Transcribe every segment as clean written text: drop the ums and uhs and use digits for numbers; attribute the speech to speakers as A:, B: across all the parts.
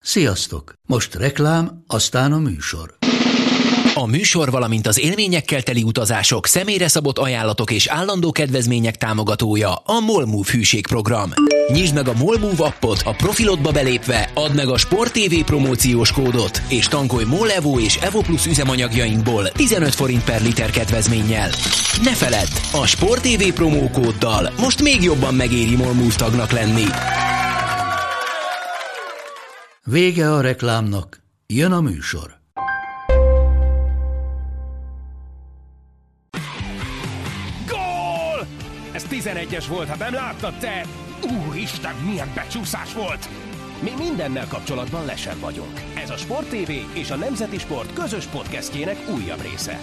A: Sziasztok! Most reklám, aztán a műsor.
B: A műsor, valamint az élményekkel teli utazások, személyre szabott ajánlatok és állandó kedvezmények támogatója a MOL Move hűségprogram. Nyisd meg a MOL Move appot, a profilodba belépve, add meg a Sport TV promóciós kódot, és tankolj MOL Evo és Evo Plus üzemanyagjainkból 15 forint per liter kedvezménnyel. Ne feledd, a Sport TV promókóddal most még jobban megéri MOL Move tagnak lenni.
A: Vége a reklámnak, jön a műsor.
C: Gól! Ez 11-es volt, ha nem láttad te! Úristen, milyen becsúszás volt! Mi mindennel kapcsolatban lesen vagyunk. Ez a Sport TV és a Nemzeti Sport közös podcastjének újabb része.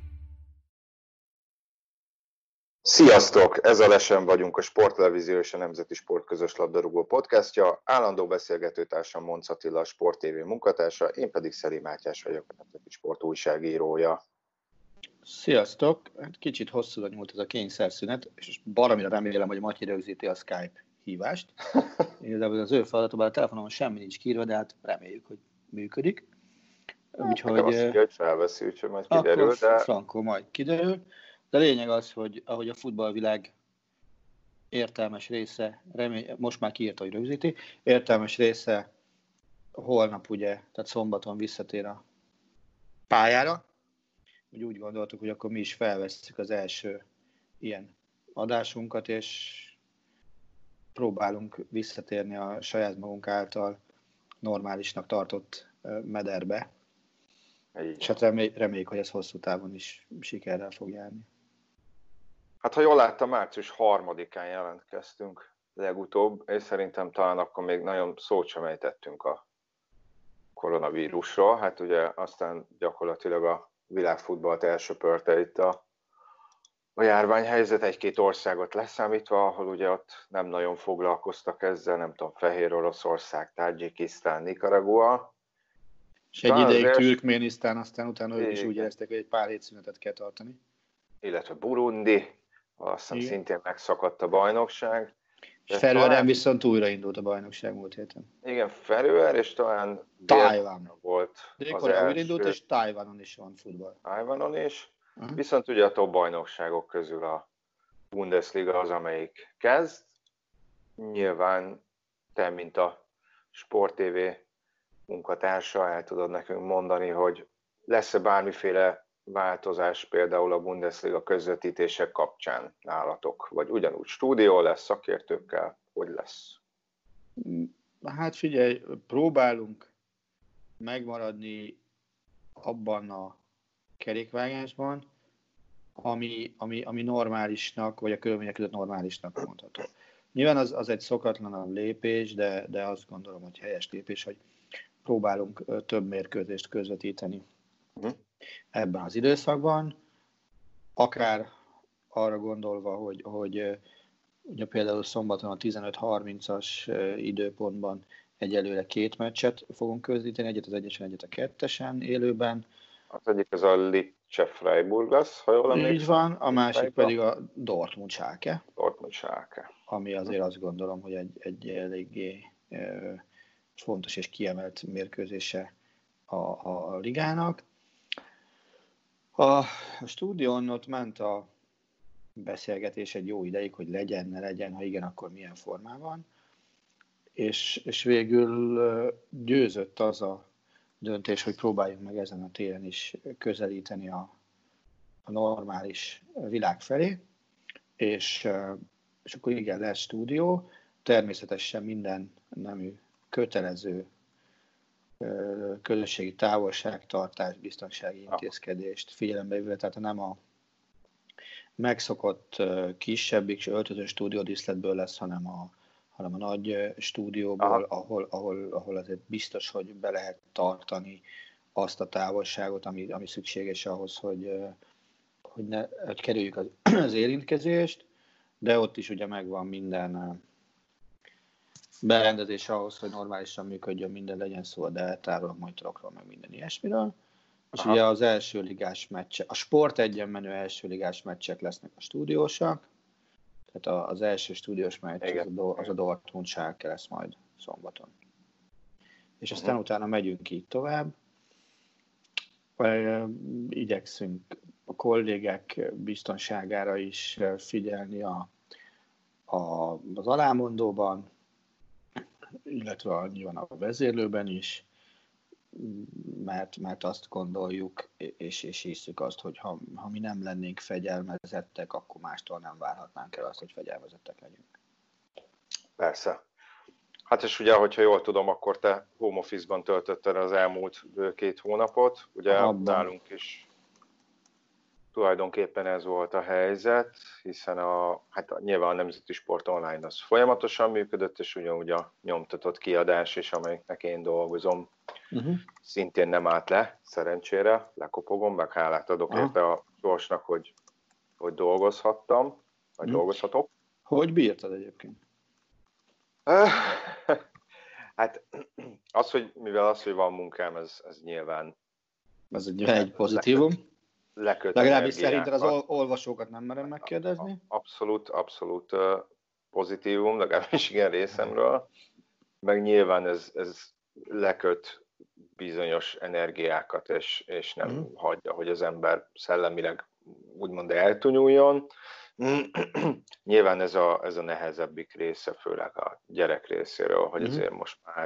D: Sziasztok! Ez a Lesen vagyunk, a Sporttelevízió és a Nemzeti Sport közös labdarúgó podcastja. Állandó beszélgetőtársam Monc Attila, a Sport TV munkatársa, én pedig Szeli Mátyás vagyok, a Nemzeti Sport újságírója.
E: Sziasztok! Kicsit hosszúra nyúlt ez a kényszerszünet, és baromira remélem, hogy Matyi rögzíti a Skype hívást. Igazából az ő feladatban a telefonon semmi nincs kiírva, de hát reméljük, hogy működik.
D: Úgyhogy azt mondja, hogy felveszi, úgyhogy majd kiderül.
E: Akkor frankó majd kiderül. De a lényeg az, hogy ahogy a futballvilág értelmes része, most már kiírta, hogy rögzíti, értelmes része holnap ugye, tehát szombaton visszatér a pályára, úgy gondoltuk, hogy akkor mi is felvesszük az első ilyen adásunkat, és próbálunk visszatérni a saját magunk által normálisnak tartott mederbe. És hát reméljük, hogy ez hosszú távon is sikerrel fog járni.
D: Hát ha jól láttam, március 3-án jelentkeztünk legutóbb, és szerintem talán akkor még nagyon szót sem ejtettünk a koronavírusról. Hát ugye aztán gyakorlatilag a világfutballt elsöpörte itt a járványhelyzet, egy-két országot leszámítva, ahol ugye ott nem nagyon foglalkoztak ezzel, nem tudom, Fehér Oroszország, Tadzsikisztán, Nicaragua.
E: És egy ideig Türkménisztán, aztán utána ők is úgy érezték, hogy egy pár hétszünetet kell tartani.
D: Illetve Burundi, azt hiszem szintén megszakadt a bajnokság.
E: És Feröeren viszont újraindult a bajnokság múlt héten.
D: Igen, Feröer, és talán
E: Tajvan
D: volt
E: az első. Újraindult, és Tajvanon is van futball.
D: Tajvanon is. Uh-huh. Viszont ugye a top bajnokságok közül a Bundesliga az, amelyik kezd. Nyilván te, mint a Sport TV munkatársa, el tudod nekünk mondani, hogy lesz-e bármiféle változás például a Bundesliga közvetítések kapcsán nálatok? Vagy ugyanúgy stúdió lesz szakértőkkel? Hogy lesz?
E: Hát figyelj, próbálunk megmaradni abban a kerékvágásban, ami normálisnak, vagy a körülmények között normálisnak mondható. Nyilván az egy szokatlanabb lépés, de azt gondolom, hogy helyes lépés, hogy próbálunk több mérkőzést közvetíteni ebben az időszakban, akár arra gondolva, hogy ugye például szombaton a 15:30-as időpontban egyelőre 2 meccset fogunk közvetíteni, egyet az egyesen, egyet a kettesen élőben.
D: Az egyik az a Lecce Freiburg lesz, ha jól emlékszem.
E: Így van, a másik pedig a Dortmund Schalke. Ami azért azt gondolom, hogy egy eléggé fontos és kiemelt mérkőzése a ligának. A stúdión ott ment a beszélgetés egy jó ideig, hogy legyen, ne legyen, ha igen, akkor milyen formában. És végül győzött az a döntés, hogy próbáljunk meg ezen a téren is közelíteni a normális világ felé, és akkor igen, lesz stúdió, természetesen minden nemű kötelező közösségi távolságtartás, biztonsági intézkedést figyelembe véve, tehát nem a megszokott kisebbik és öltöző stúdiódíszletből lesz, hanem a nagy stúdióból, ahol azért biztos, hogy be lehet tartani azt a távolságot, ami szükséges ahhoz, hogy kerüljük az érintkezést, de ott is ugye megvan minden berendezés ahhoz, hogy normálisan működjön, minden, legyen szó a deltáról, monitorokról, meg minden ilyesmiről. És ugye az első ligás meccsek, a Sport 1-en menő első ligás meccsek lesznek a stúdiósak, tehát az első stúdiós meccs az a Dortmund Schalke lesz majd szombaton. és aztán utána megyünk így tovább. Igyekszünk a kollégák biztonságára is figyelni az alámondóban, illetve nyilván a vezérlőben is, mert azt gondoljuk, és hisszük azt, hogy ha mi nem lennénk fegyelmezettek, akkor mástól nem várhatnánk el azt, hogy fegyelmezettek legyünk.
D: Persze. Hát és ugye, hogyha jól tudom, akkor te home office-ban töltötted az elmúlt 2 hónapot, ugye nálunk is tulajdonképpen ez volt a helyzet, hiszen nyilván a Nemzeti Sport Online az folyamatosan működött, és ugyanúgy a nyomtatott kiadás is, amelyiknek én dolgozom, szintén nem állt le, szerencsére, lekopogom, meg hálát adok érte a sorsnak, hogy dolgozhattam, vagy dolgozhatok.
E: Hogy bírtad egyébként?
D: Hát mivel hogy van munkám, ez nyilván...
E: Ez egy pozitívum. Legalábbis szerinted az olvasókat nem merem megkérdezni?
D: Abszolút pozitívum, legalábbis igen részemről. Meg nyilván ez leköt bizonyos energiákat, és nem hagyja, hogy az ember szellemileg úgymond eltunyuljon. Nyilván ez a nehezebbik része, főleg a gyerek részéről, hogy azért most már,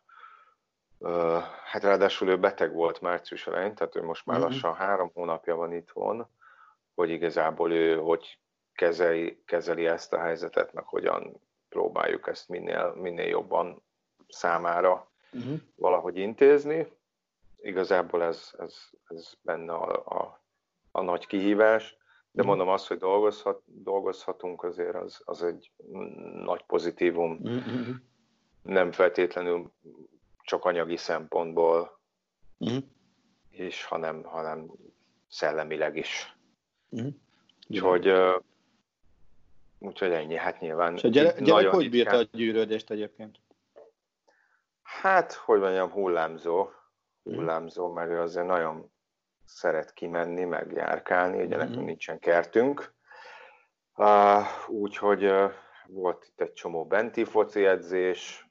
D: hát ráadásul ő beteg volt március elején, tehát ő most már lassan 3 hónapja van itthon, hogy igazából ő hogy kezeli ezt a helyzetet, meg hogyan próbáljuk ezt minél jobban számára valahogy intézni. Igazából ez benne a nagy kihívás. De mondom azt, hogy dolgozhatunk, azért az egy nagy pozitívum. Nem feltétlenül csak anyagi szempontból, és hanem szellemileg is. Úgyhogy ennyi, hát nyilván.
E: És a gyerek hogy bírta a gyűrődést egyébként?
D: Hát, hogy mondjam, hullámzó, mert ő azért nagyon szeret kimenni, meg járkálni, ugye nekünk nincsen kertünk. Úgyhogy volt itt egy csomó benti foci edzés.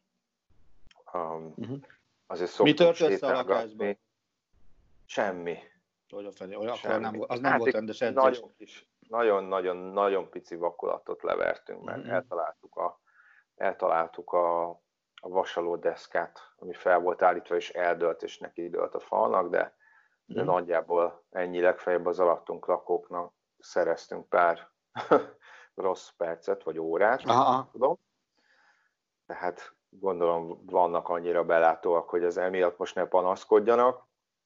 D: Azért
E: mi tört össze a lakásban?
D: Semmi.
E: Az nem volt rendes edzés.
D: Nagyon pici vakulatot levertünk meg. Eltaláltuk a vasalódeszkát, ami fel volt állítva, és eldőlt, és neki dőlt a falnak, de nagyjából ennyi, legfeljebb az alattunk lakóknak szereztünk pár rossz percet, vagy órát, tudom. Tehát gondolom vannak annyira belátóak, hogy ez emiatt most ne panaszkodjanak.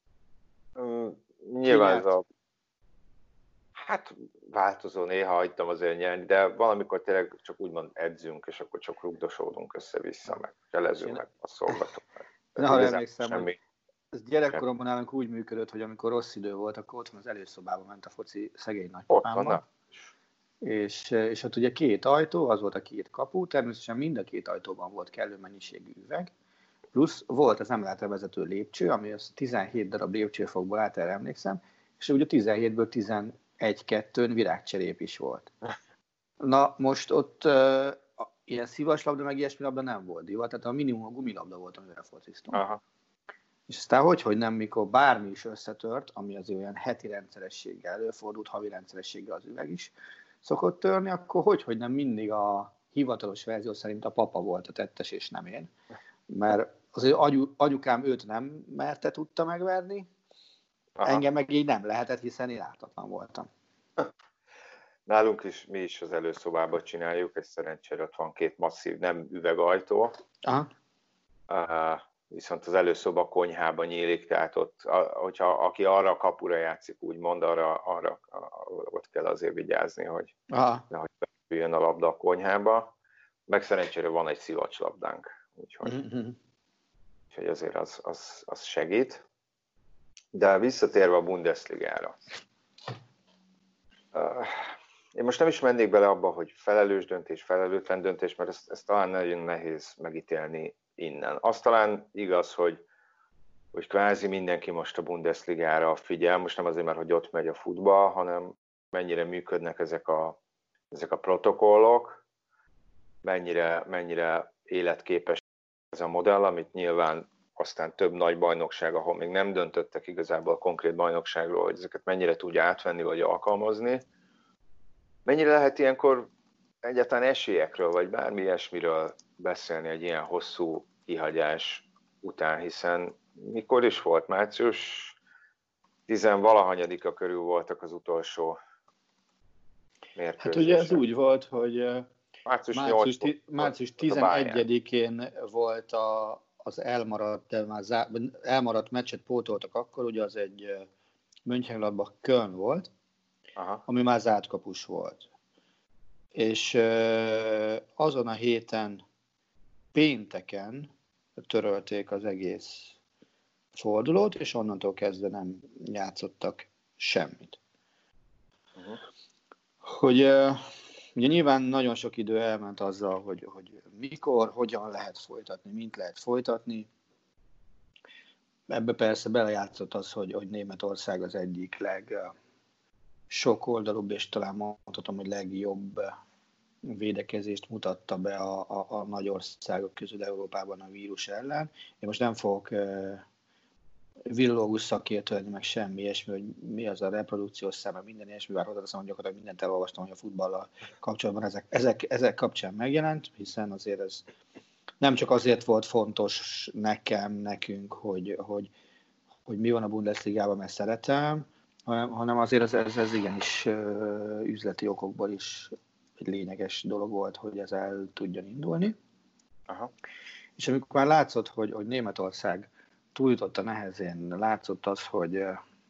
D: Nyilván ez hát változó, néha hagytam azért nyerni, de valamikor tényleg csak úgymond edzünk, és akkor csak rugdosódunk össze-vissza, meg cselezünk, meg passzolgatunk.
E: Na, emlékszem, hogy ez gyerekkoromban nálunk úgy működött, hogy amikor rossz idő volt, akkor otthon az előszobában ment a foci szegény nagypapámmal. És ott ugye 2 ajtó, az volt a 2 kapu, természetesen mind a 2 ajtóban volt kellő mennyiségű üveg, plusz volt az emeletre vezető lépcső, ami az 17 darab lépcsőfokból állt, erre emlékszem, és ugye 17-ből 11-2 virágcserép is volt. Na most ott ilyen szívaslabda, meg ilyesmi labda nem volt divat, tehát a minimum a gumilabda volt, amivel fociztunk. És aztán hogy nem, mikor bármi is összetört, ami az olyan heti rendszerességgel előfordult, havi rendszerességgel az üveg is szokott törni, akkor hogy nem mindig a hivatalos verzió szerint a papa volt a tettes, és nem én. Mert azért anyukám őt nem tudta megverni, engem meg így nem lehetett, hiszen én ártatlan voltam.
D: Nálunk is, mi is az előszobában csináljuk, és szerencsére ott van 2 masszív, nem üvegajtó. Viszont az előszoba konyhába nyílik, tehát ott, hogyha aki arra a kapura játszik, úgymond, arra ott kell azért vigyázni, hogy nehogy beüljön a labda a konyhába. Meg szerencsére van egy szivacslabdánk, úgyhogy azért az segít. De visszatérve a Bundesligára. Én most nem is mennék bele abba, hogy felelős döntés, felelőtlen döntés, mert ezt talán nagyon nehéz megítélni innen. Az talán igaz, hogy kvázi mindenki most a Bundesligára figyel, most nem azért, mert hogy ott megy a futball, hanem mennyire működnek ezek a protokollok, mennyire életképes ez a modell, amit nyilván aztán több nagy bajnokság, ahol még nem döntöttek igazából a konkrét bajnokságról, hogy ezeket mennyire tudja átvenni vagy alkalmazni. Mennyire lehet ilyenkor egyáltalán esélyekről, vagy bármi ilyesmiről beszélni egy ilyen hosszú kihagyás után, hiszen mikor is volt? Március 10-valahanyadika körül voltak az utolsó mérkőzések.
E: Hát ugye ez úgy volt, hogy március 11-én volt az elmaradt, de már elmaradt meccset pótoltak akkor, ugye az egy Mönchengladbach Köln volt, ami már zárt kapus volt. És azon a héten pénteken törölték az egész fordulót, és onnantól kezdve nem játszottak semmit. Hogy ugye nyilván nagyon sok idő elment azzal, hogy mikor, hogyan lehet folytatni, mint lehet folytatni. Ebbe persze belejátszott az, hogy Németország az egyik sokoldalúbb, és talán mondhatom, hogy legjobb védekezést mutatta be a nagy országok közül Európában a vírus ellen. Én most nem fogok virológus szakértő lenni, meg semmi ilyesmi, hogy mi az a reprodukciós szám, minden ilyesmi, bár hozzáteszem, hogy gyakorlatilag mindent elolvastam, hogy a futballal kapcsolatban ezek kapcsán megjelent, hiszen azért ez nem csak azért volt fontos nekünk, hogy mi van a Bundesligában, mert szeretem, hanem azért ez igenis üzleti okokból is egy lényeges dolog volt, hogy ez el tudjon indulni. Aha. És amikor már látszott, hogy Németország túljutott a nehezén, látszott az, hogy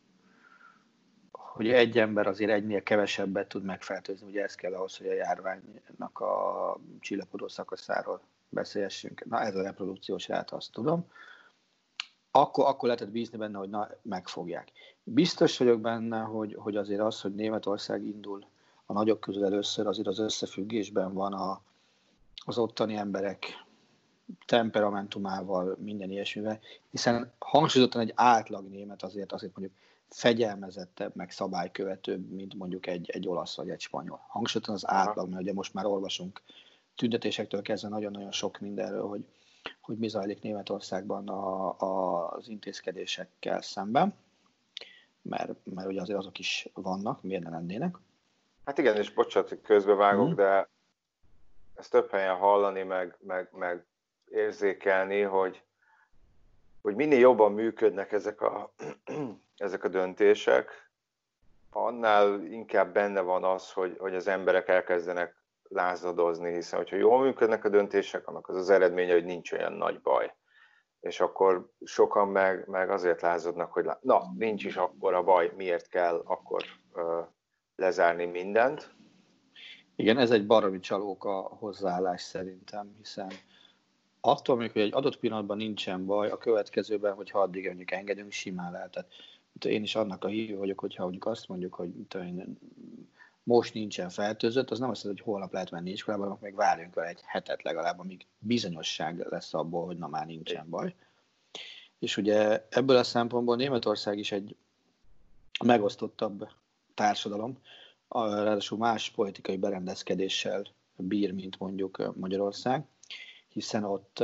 E: egy ember azért egynél kevesebbet tud megfertőzni, ugye ez kell ahhoz, hogy a járványnak a csillapodó szakaszáról beszélhessünk. Na ez a reprodukciós ráta, azt tudom. Akkor lehetett bízni benne, hogy megfogják. Biztos vagyok benne, hogy azért az, hogy Németország indul a nagyok közül először, azért az összefüggésben van az ottani emberek temperamentumával, minden ilyesmivel, hiszen hangsúlyozottan egy átlag német azért mondjuk fegyelmezettebb, meg szabálykövetőbb, mint mondjuk egy olasz vagy egy spanyol. Hangsúlyozottan az átlag, mert ugye most már olvasunk tüntetésektől kezdve nagyon-nagyon sok mindenről, hogy mi zajlik Németországban az intézkedésekkel szemben, mert ugye azért azok is vannak, miért ne lennének.
D: Hát igen, és bocsánat, hogy közbevágok, de ezt több helyen hallani, meg érzékelni, hogy minél jobban működnek ezek a döntések, annál inkább benne van az, hogy az emberek elkezdenek lázadozni, hiszen hogyha jól működnek a döntések, annak az eredménye, hogy nincs olyan nagy baj. És akkor sokan meg azért lázadnak, hogy nincs is akkora baj, miért kell akkor lezárni mindent.
E: Igen, ez egy baromi csalóka hozzáállás szerintem, hiszen attól mondjuk, hogy egy adott pillanatban nincsen baj, a következőben, hogyha addig mondjuk engedünk, simán lehet. Tehát én is annak a hívő vagyok, hogyha mondjuk azt mondjuk, hogy most nincsen fertőzött, az nem azt jelenti, hogy holnap lehet menni iskolába, meg várjunk vele egy hetet legalább, amíg bizonyosság lesz abból, hogy már nincsen baj. És ugye ebből a szempontból Németország is egy megosztottabb társadalom, ráadásul más politikai berendezkedéssel bír, mint mondjuk Magyarország, hiszen ott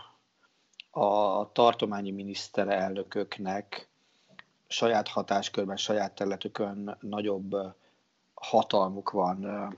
E: a tartományi miniszterelnököknek saját hatáskörben, saját területükön nagyobb hatalmuk van,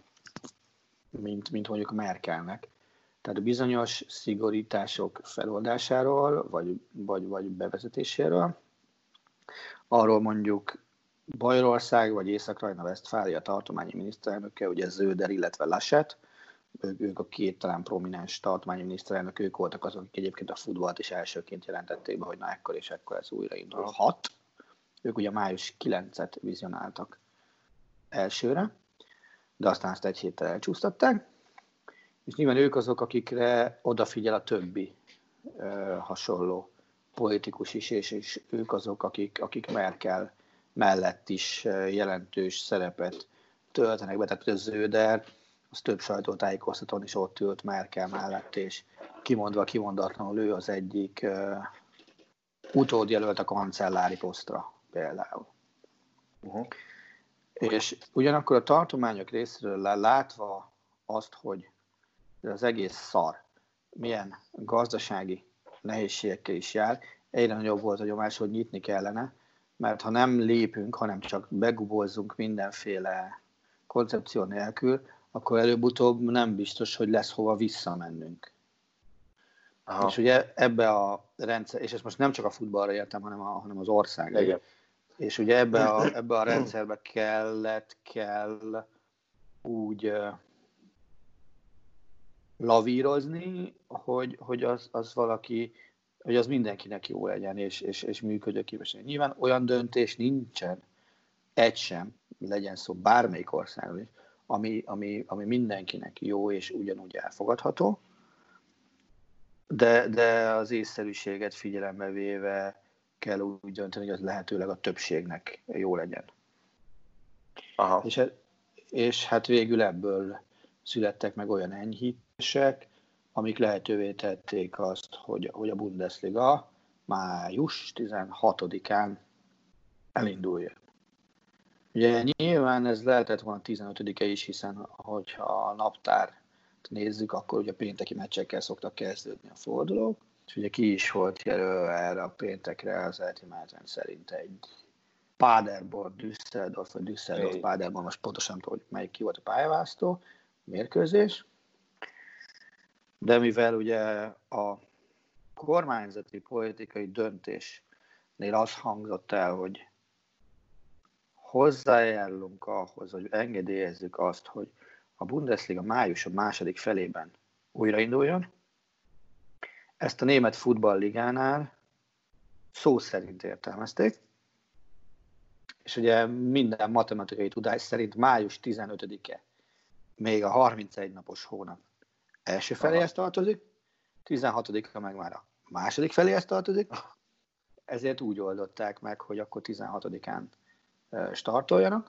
E: mint mondjuk Merkelnek. Tehát bizonyos szigorítások feloldásáról, vagy bevezetéséről, arról mondjuk Bajorország vagy Észak-Rajna-Vesztfália tartományi miniszterelnöke, ugye Söder, illetve Laschet, ők a két talán prominens tartományi miniszterelnök, ők voltak azok, akik egyébként a futballt is elsőként jelentették be, hogy ekkor és ekkor ez újraindulhat. Ők ugye május 9-et vizionáltak elsőre, de aztán azt egy héttel elcsúsztatták, és nyilván ők azok, akikre odafigyel a többi hasonló politikus is, és ők azok, akik Merkel mellett is jelentős szerepet töltenek be. Tehát a Söder, az több sajtótájékoztatón is ott ült Merkel mellett, és kimondatlanul ő az egyik utódjelölt a kancellári posztra például. És ugyanakkor a tartományok részéről látva azt, hogy az egész szar milyen gazdasági, nehézségekkel is jár. Egyre nagyobb volt a nyomás, hogy nyitni kellene, mert ha nem lépünk, hanem csak begubozzunk mindenféle koncepció nélkül, akkor előbb-utóbb nem biztos, hogy lesz hova visszamennünk. Aha. És ugye ebbe a rendszer, és ezt most nem csak a futballra értem, hanem az országra. Igen. És ugye ebbe a rendszerbe kell úgy lavírozni, hogy az valaki, hogy az mindenkinek jó legyen, és működőképes. Nyilván olyan döntés nincsen, egy sem, legyen szó bármelyik országról is, ami mindenkinek jó és ugyanúgy elfogadható, de az észszerűséget figyelembe véve kell úgy dönteni, hogy az lehetőleg a többségnek jó legyen. Aha. És hát végül ebből születtek meg olyan enyhítések, amik lehetővé tették azt, hogy a Bundesliga május 16-án elinduljon. Ugye nyilván ez lehetett volna 15-e is, hiszen hogyha a naptárt nézzük, akkor ugye pénteki meccsekkel szoktak kezdődni a fordulók, és ugye ki is volt jelölve erre a péntekre az eltimátrend szerint egy Paderborn, Düsseldorf, vagy Düsseldorf, Paderborn, most pontosan nem tudom, hogy melyik ki volt a pályaválasztó mérkőzés, de mivel ugye a kormányzati politikai döntésnél az hangzott el, hogy hozzájárulunk ahhoz, hogy engedélyezzük azt, hogy a Bundesliga május a második felében újrainduljon. Ezt a német futballligánál szó szerint értelmezték, és ugye minden matematikai tudás szerint május 15-e még a 31 napos hónap első feléhez tartozik, 16-a meg már a második feléhez tartozik, ezért úgy oldották meg, hogy akkor 16-án startoljanak,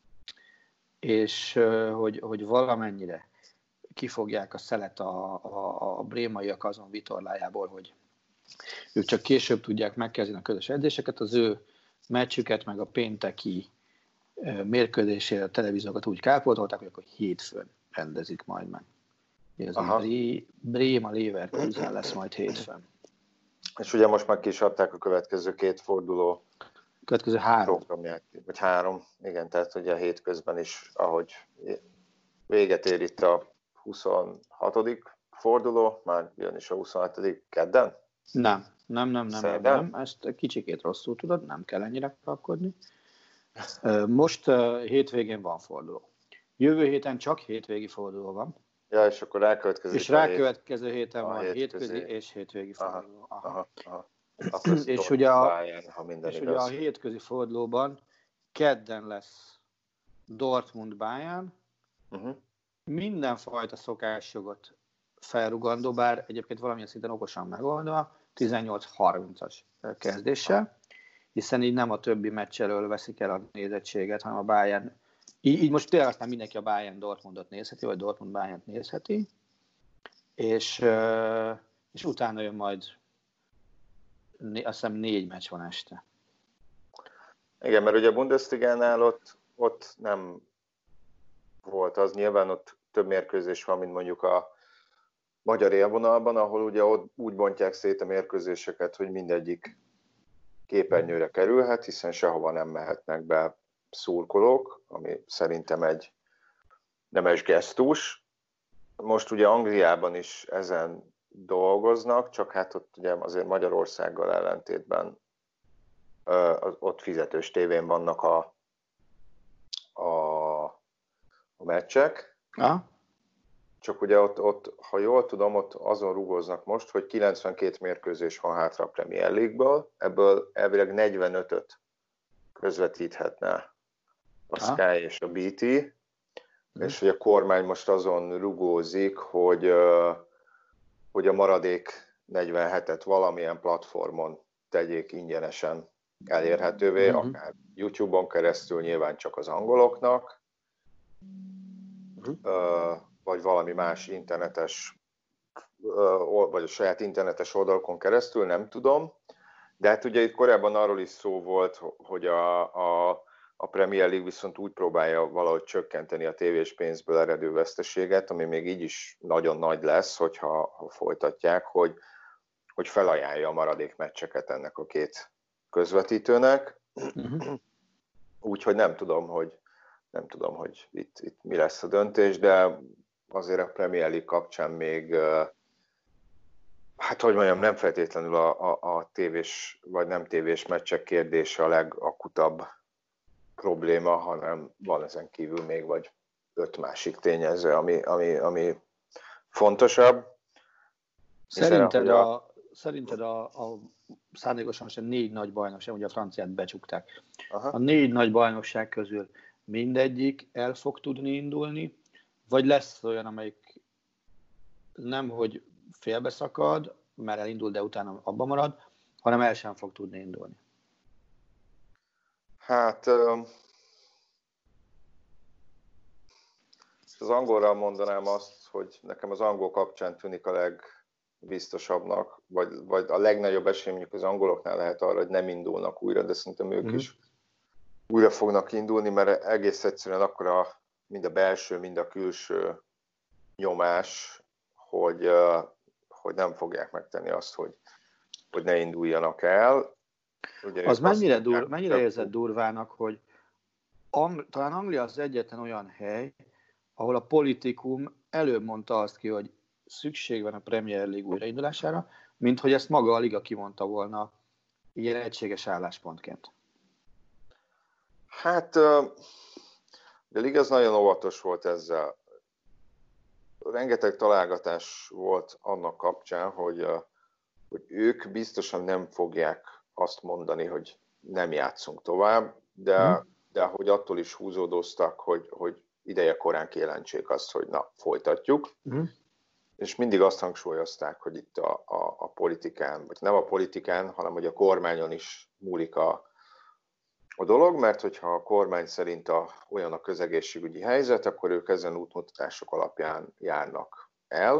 E: és hogy valamennyire kifogják a szelet a brémaiak azon vitorlájából, hogy ők csak később tudják megkezdeni a közös edzéseket, az ő meccsüket, meg a pénteki mérkőzésére a televíziókat úgy kárpótolták, hogy akkor hétfőn rendezik majd meg. Ez a Bréma Leverkusen lesz majd hétfőn.
D: És ugye most már ki is adták a következő két forduló.
E: Következő 3.
D: Programját, vagy 3, igen, tehát ugye a hétközben is, ahogy véget ér itt a 26. forduló, már jön is a 26. kedden?
E: Nem. Ezt kicsikét rosszul tudod, nem kell ennyire kapkodni. Most hétvégén van forduló. Jövő héten csak hétvégi forduló van.
D: Ja, és akkor rákövetkezik.
E: És rákövetkező héten van hétközi és hétvégi forduló. Aha. És ugye a hétközi fordulóban kedden lesz Dortmund Bayern, mindenfajta szokásjogot felrugandó, bár egyébként valamilyen szinten okosan megoldva, 18:30-as kezdéssel, hiszen így nem a többi meccs elől veszik el a nézettséget, hanem a Bayern, így most tényleg aztán mindenki a Bayern Dortmundot nézheti, vagy Dortmund Bayernt nézheti, és utána jön majd azt hiszem 4 meccs van este.
D: Igen, mert ugye a Bundesligánál ott nem volt az, nyilván ott több mérkőzés van, mint mondjuk a magyar élvonalban, ahol ugye ott úgy bontják szét a mérkőzéseket, hogy mindegyik képernyőre kerülhet, hiszen sehova nem mehetnek be szurkolók, ami szerintem egy nemes gesztus. Most ugye Angliában is ezen dolgoznak, csak hát ott ugye azért Magyarországgal ellentétben ott fizetős tévén vannak a meccsek. Csak ugye ott, ha jól tudom, ott azon rugóznak most, hogy 92 mérkőzés van hátra a Premier League-ből, ebből elvileg 45-öt közvetíthetne a Sky és a BT, és hogy a kormány most azon rugózik, hogy a maradék 47-et valamilyen platformon tegyék ingyenesen elérhetővé, akár YouTube-on keresztül, nyilván csak az angoloknak, vagy valami más internetes, vagy a saját internetes oldalakon keresztül, nem tudom. De hát ugye itt korábban arról is szó volt, hogy a Premier League viszont úgy próbálja valahogy csökkenteni a tévés pénzből eredő veszteséget, ami még így is nagyon nagy lesz, hogyha folytatják, hogy felajánlja a maradék meccseket ennek a két közvetítőnek. Úgyhogy nem tudom, hogy itt mi lesz a döntés, de azért a Premier League kapcsán még, hát hogy mondjam, nem feltétlenül a tévés vagy nem tévés meccsek kérdése a legakutabb probléma, hanem van ezen kívül még vagy 5 másik tényező, ami fontosabb.
E: Szerinted a szándékosan sem 4 nagy bajnokság, ugye a franciát becsukták.
D: Aha.
E: A 4 nagy bajnokság közül mindegyik el fog tudni indulni, vagy lesz olyan, amelyik nem, hogy félbeszakad, mert elindul, de utána abba marad, hanem el sem fog tudni indulni?
D: Hát az angolra mondanám azt, hogy nekem az angol kapcsán tűnik a legbiztosabbnak, vagy a legnagyobb esély mondjuk az angoloknál lehet arra, hogy nem indulnak újra, de szerintem ők is újra fognak indulni, mert egész egyszerűen akkora mind a belső, mind a külső nyomás, hogy nem fogják megtenni azt, hogy ne induljanak el. Ugye
E: az mennyire érzed durvának, hogy talán Anglia az egyetlen olyan hely, ahol a politikum előbb mondta azt ki, hogy szükség van a Premier League újraindulására, mint hogy ezt maga a liga kimondta volna ilyen egységes álláspontként.
D: Hát a liga az nagyon óvatos volt ezzel. Rengeteg találgatás volt annak kapcsán, hogy ők biztosan nem fogják azt mondani, hogy nem játszunk tovább, de hogy attól is húzódoztak, hogy ideje korán kijelentsék azt, hogy na, folytatjuk. És mindig azt hangsúlyozták, hogy itt a politikán, vagy nem a politikán, hanem hogy a kormányon is múlik a dolog, mert hogyha a kormány szerint olyan a közegészségügyi helyzet, akkor ők ezen útmutatások alapján járnak el.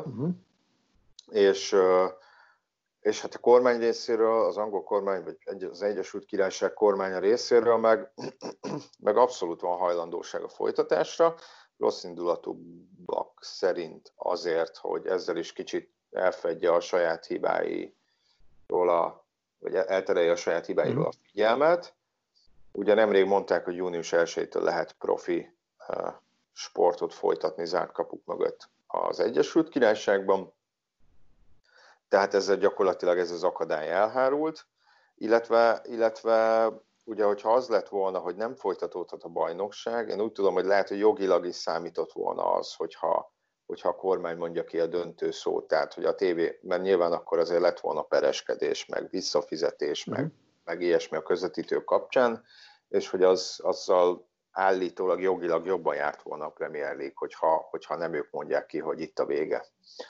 D: És hát a kormány részéről, az angol kormány, vagy az Egyesült Királyság kormánya részéről meg abszolút van hajlandóság a folytatásra. Rossz indulatúbbak szerint azért, hogy ezzel is kicsit elfedje a saját hibáiról, vagy elterelje a saját hibáiról a figyelmet. Ugye nemrég mondták, hogy június 1-től lehet profi sportot folytatni zárt kapuk mögött az Egyesült Királyságban. Tehát ezzel gyakorlatilag ez az akadály elhárult, illetve ugye, hogyha az lett volna, hogy nem folytatódhat a bajnokság, én úgy tudom, hogy lehet, hogy jogilag is számított volna az, hogyha a kormány mondja ki a döntő szót, tehát hogy a tévé, mert nyilván akkor azért lett volna pereskedés, meg visszafizetés, meg ilyesmi a közvetítők kapcsán, és hogy azzal állítólag jogilag jobban járt volna a Premier League, hogyha nem ők mondják ki, hogy itt a vége.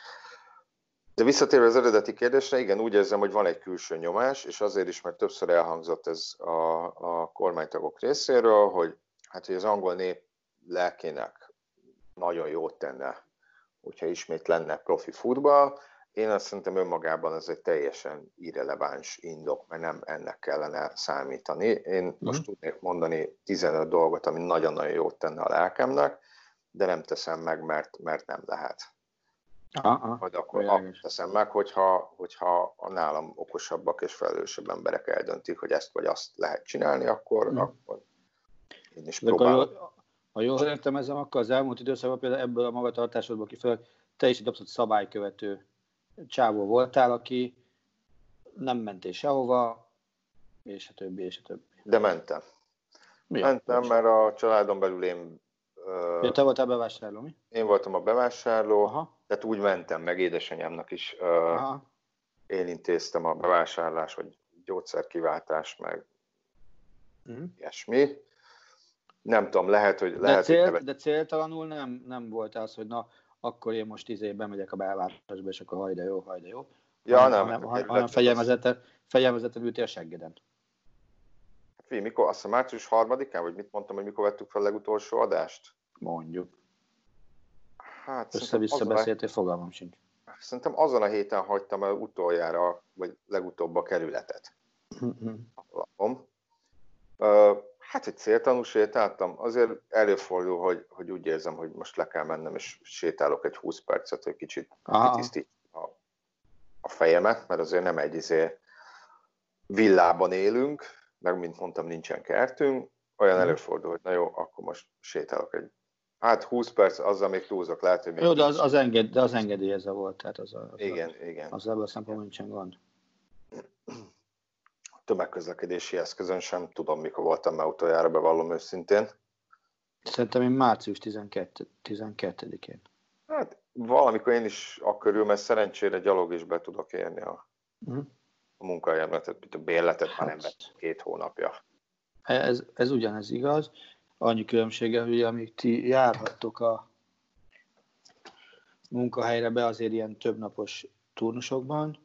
D: De visszatérve az eredeti kérdésre, igen, úgy érzem, hogy van egy külső nyomás, és azért is, mert többször elhangzott ez a kormánytagok részéről, hogy az angol nép lelkének nagyon jót tenne, hogyha ismét lenne profi futball. Én azt szerintem önmagában ez egy teljesen irreleváns indok, mert nem ennek kellene számítani. Én most tudnék mondani 15 dolgot, ami nagyon-nagyon jót tenne a lelkemnek, de nem teszem meg, mert nem lehet. Vagy akkor teszem meg, hogyha a nálam okosabbak és felelősebb emberek eldöntik, hogy ezt vagy azt lehet csinálni, akkor én is próbálom.
E: Ha jól értelmezem, akkor az elmúlt időszakban például ebből a magatartásodból kifolyólag te is egy abszolút szabálykövető csávó voltál, aki nem mentél sehova, és a többi.
D: De mentem. Mentem, mert a családon belül én...
E: te voltál bevásárló, mi?
D: Én voltam a bevásárló, tehát úgy mentem, meg édesanyámnak is én intéztem a bevásárlás, vagy gyógyszerkiváltás, meg ilyesmi. Nem tudom, lehet, hogy...
E: De céltalanul nem volt az, hogy na, akkor én most bemegyek a belvárosba, és akkor hajde jó.
D: Ja,
E: hanem fegyelmezetten ültél a seggeden.
D: Mikor? Azt hiszem március 3-án, vagy mit mondtam, hogy mikor vettük fel a legutolsó adást?
E: Mondjuk.
D: Hát,
E: össze-vissza beszéltél, fogalmam sincs.
D: Szerintem azon a héten hagytam el utoljára, vagy legutóbb a kerületet. Hát egy céltanú sétáltam. Azért előfordul, hogy úgy érzem, hogy most le kell mennem, és sétálok egy 20 percet, hogy kicsit kitisztítsam a fejemet, mert azért nem egy villában élünk, meg mint mondtam, nincsen kertünk, olyan előfordul, hogy na jó, akkor most sétálok egy 20 perc, azzal még túlzok, lehet, hogy még...
E: Jó, de az engedélyezve volt, tehát
D: igen.
E: Az ebből a szempontból nincsen gond.
D: Tömegközlekedési eszközön sem tudom, mikor voltam már utoljára, bevallom őszintén.
E: Szerintem én március 12-én.
D: Hát valamikor én is akkörül, mert szerencsére gyalog is be tudok érni a munkahelyemre, tehát a bérletet már nem vett 2 hónapja.
E: Ez ugyanez igaz. Annyi különbsége, hogy amíg ti járhattok a munkahelyre be azért ilyen többnapos turnusokban,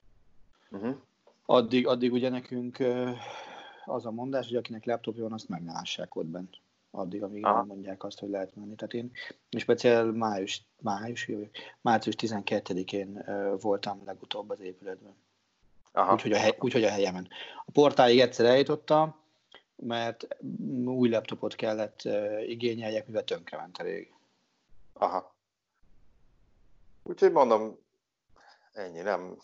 E: addig ugye nekünk az a mondás, hogy akinek laptopja van, azt meg ne lássák ott bent. Addig, amíg nem mondják azt, hogy lehet menni. Tehát én speciál március 12-én voltam legutóbb az épületben. Úgyhogy a helyemen. A portáig egyszer eljutottam, mert új laptopot kellett igényeljek, mivel tönkrement a régi.
D: Aha. Úgyhogy mondom, ennyi, nem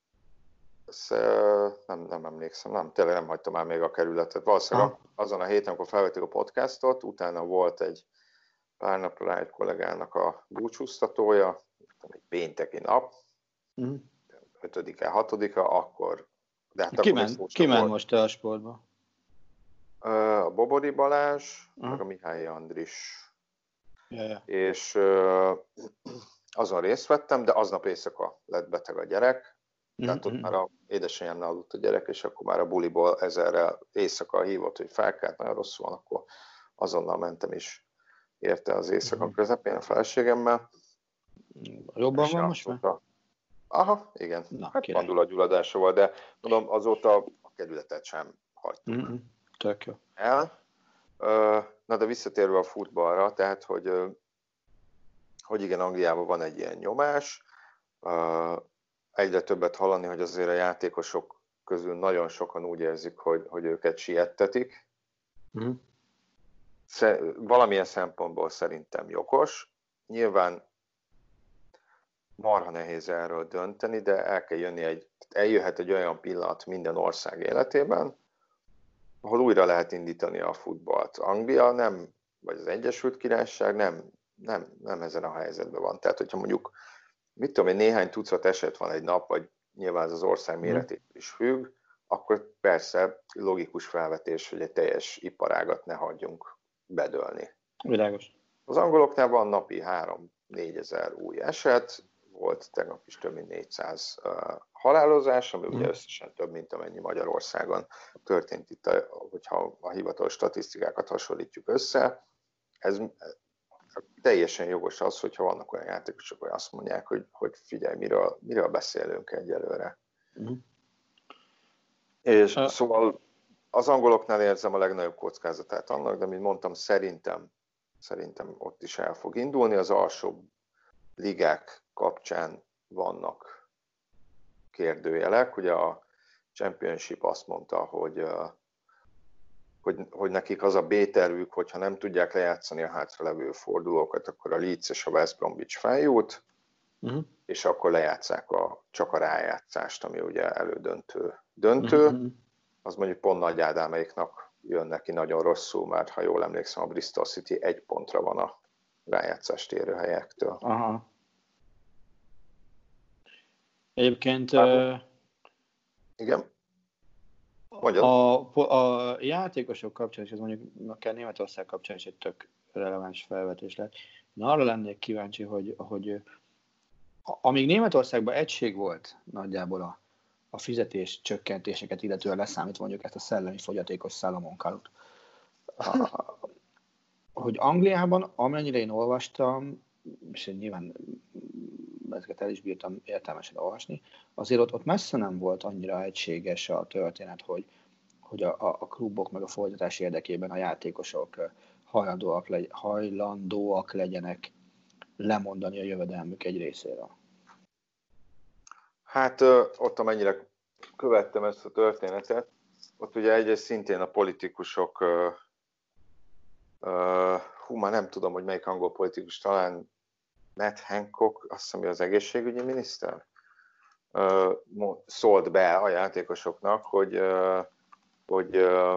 D: emlékszem, tényleg nem hagytam már még a kerületet. Valószínűleg azon a héten, amikor felvettük a podcastot, utána volt egy pár napra egy kollégának a búcsúztatója, egy pénteki nap, 5-e, 6-a, akkor... De hát
E: ki ment most te a sportba?
D: A Bobori Balázs, meg a Mihály Andris. És azon részt vettem, de aznap éjszaka lett beteg a gyerek. Tehát ott már a édesanyámnál aludt a gyerek, és akkor már a buliból ezerrel éjszaka hívott, hogy felkelt, nagyon rosszul van, akkor azonnal mentem is érte az éjszaka közepén a feleségemmel.
E: Jobban van most már?
D: Aha, igen. Hát mandulagyulladása volt, de mondom, azóta a kerületet sem hagytuk
E: Tök jó.
D: el. Na de visszatérve a futballra, tehát, hogy igen, Angliában van egy ilyen nyomás, egyre többet hallani, hogy azért a játékosok közül nagyon sokan úgy érzik, hogy őket siettetik. Valamilyen szempontból szerintem jogos. Nyilván marha nehéz erről dönteni, de el kell eljöhet egy olyan pillanat minden ország életében, ahol újra lehet indítani a futballt. Anglia nem, vagy az Egyesült Királyság nem ezen a helyzetben van. Tehát, hogyha mondjuk, mit tudom én, néhány tucat eset van egy nap, vagy nyilván ez az ország méretét is függ, akkor persze logikus felvetés, hogy egy teljes iparágat ne hagyjunk bedőlni.
E: Világos.
D: Az angoloknál van napi 3-4 ezer új eset, volt tegnap is több mint 400 halálozás, ami ugye összesen több, mint amennyi Magyarországon történt itt, hogyha a hivatalos statisztikákat hasonlítjuk össze. Ez teljesen jogos az, hogyha vannak olyan játékosok, hogy azt mondják, hogy figyelj, miről beszélünk egyelőre. És szóval az angoloknál érzem a legnagyobb kockázatát annak, de mint mondtam, szerintem ott is el fog indulni. Az alsóbb ligák kapcsán vannak kérdőjelek. Ugye a Championship azt mondta, hogy nekik az a B-tervük, hogyha nem tudják lejátszani a hátralevő fordulókat, akkor a Leeds és a West Bromwich feljut, és akkor lejátszák csak a rájátszást, ami ugye elődöntő. Az mondjuk pont Nagy Ádáméknak jön neki nagyon rosszul, mert ha jól emlékszem, a Bristol City 1 pontra van a rájátszást érő helyektől.
E: Aha. Egyébként
D: igen.
E: A játékosok kapcsán, és ez mondjuk akár Németország kapcsán is egy tök releváns felvetés lett. Én arra lennék kíváncsi, hogy amíg Németországban egység volt nagyjából a fizetés csökkentéseket, illetően leszámít mondjuk ezt a szellemi fogyatékos Salomon-Kalút. Hogy Angliában, amennyire én olvastam, és én nyilván ezeket el is bírtam értelmesen olvasni, azért ott messze nem volt annyira egységes a történet, hogy a klubok meg a folytatás érdekében a játékosok hajlandóak legyenek lemondani a jövedelmük egy részéről.
D: Hát ott, amennyire követtem ezt a történetet, ott ugye egyrészt szintén a politikusok, már nem tudom, hogy melyik angol politikus, talán Matt Hancock, azt hiszem, hogy az egészségügyi miniszter, szólt be a játékosoknak, hogy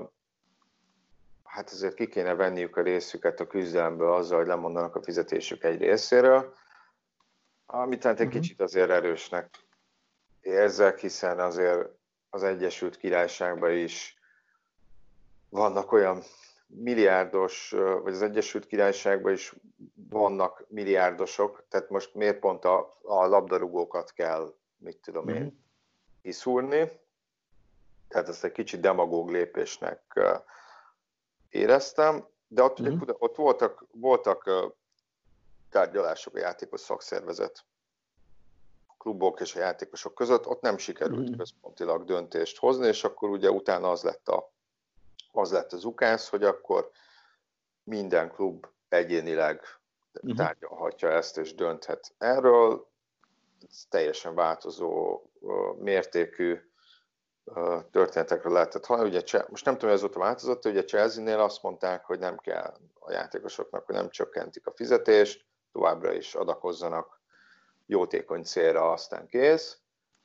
D: hát azért ki kéne venniük a részüket a küzdelemből azzal, hogy lemondanak a fizetésük egy részéről, amit hát egy kicsit azért erősnek érzek, hiszen azért az Egyesült Királyságban is vannak olyan milliárdos, vagy az Egyesült Királyságban is vannak milliárdosok, tehát most miért pont a labdarúgókat kell, mit tudom én, kiszúrni. Tehát ezt egy kicsit demagóg lépésnek éreztem, de ott voltak tárgyalások a játékos szakszervezet, a klubok és a játékosok között, ott nem sikerült központilag döntést hozni, és akkor ugye utána az lett az ukász, hogy akkor minden klub egyénileg tárgyalhatja ezt, és dönthet erről. Ez teljesen változó mértékű történetekről lehetett hallani. Ugye, most nem tudom, hogy azóta változott, ugye Chelsea-nél azt mondták, hogy nem kell a játékosoknak, hogy nem csökkentik a fizetést, továbbra is adakozzanak jótékony célra, aztán kész.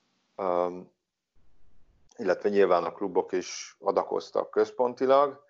D: Illetve nyilván a klubok is adakoztak központilag,